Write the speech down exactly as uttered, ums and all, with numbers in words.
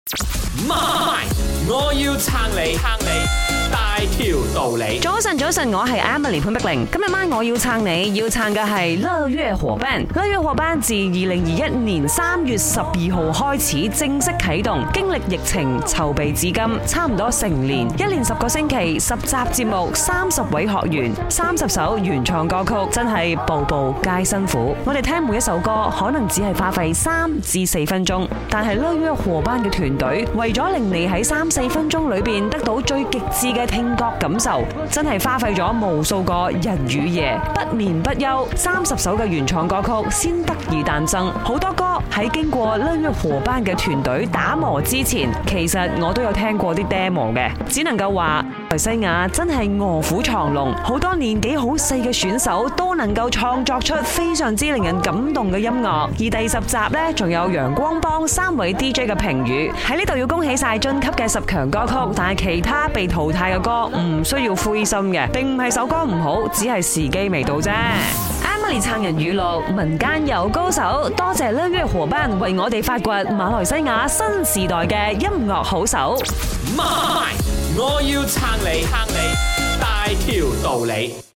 媽，我要撐你，撐你大條道理。 早晨，早晨，我係 Emily 潘碧玲。今日晚我要撐你，要撐嘅係樂月火班。樂月火班自二零二一年三月十二號開始正式啟動，經歷疫情籌備至今，差唔多成年，一連十個星期，十集節目，三十位學員，三十首原創歌曲，真係步步皆辛苦。我哋聽每一首歌，可能只係花費三至四分鐘，但係樂月火班嘅團隊為咗令你喺三四分鐘裏邊得到最極致嘅聽覺感受，真係花費咗無數個日與夜，不眠不休，三十首嘅原創歌曲先得以誕生。好多歌喺經過樂月火班嘅團隊打磨之前，其實我都有聽過啲 demo 嘅，只能夠話馬來西亞真係臥虎藏龍，好多年紀好細嘅選手都能夠創作出非常之令人感動嘅音樂。而第十集呢，仲有陽光幫三位 D J 嘅評語，喺呢度要恭喜晒晉級嘅十強歌曲，但係其他被淘汰嘅歌唔需要灰心嘅，並唔係首歌唔好，只係時機未到啫。Emily 撐人語錄，民間有高手，多謝樂月火班為我哋發掘馬來西亞新時代嘅音樂好手。 媽，我要撐你，撐你大條道理。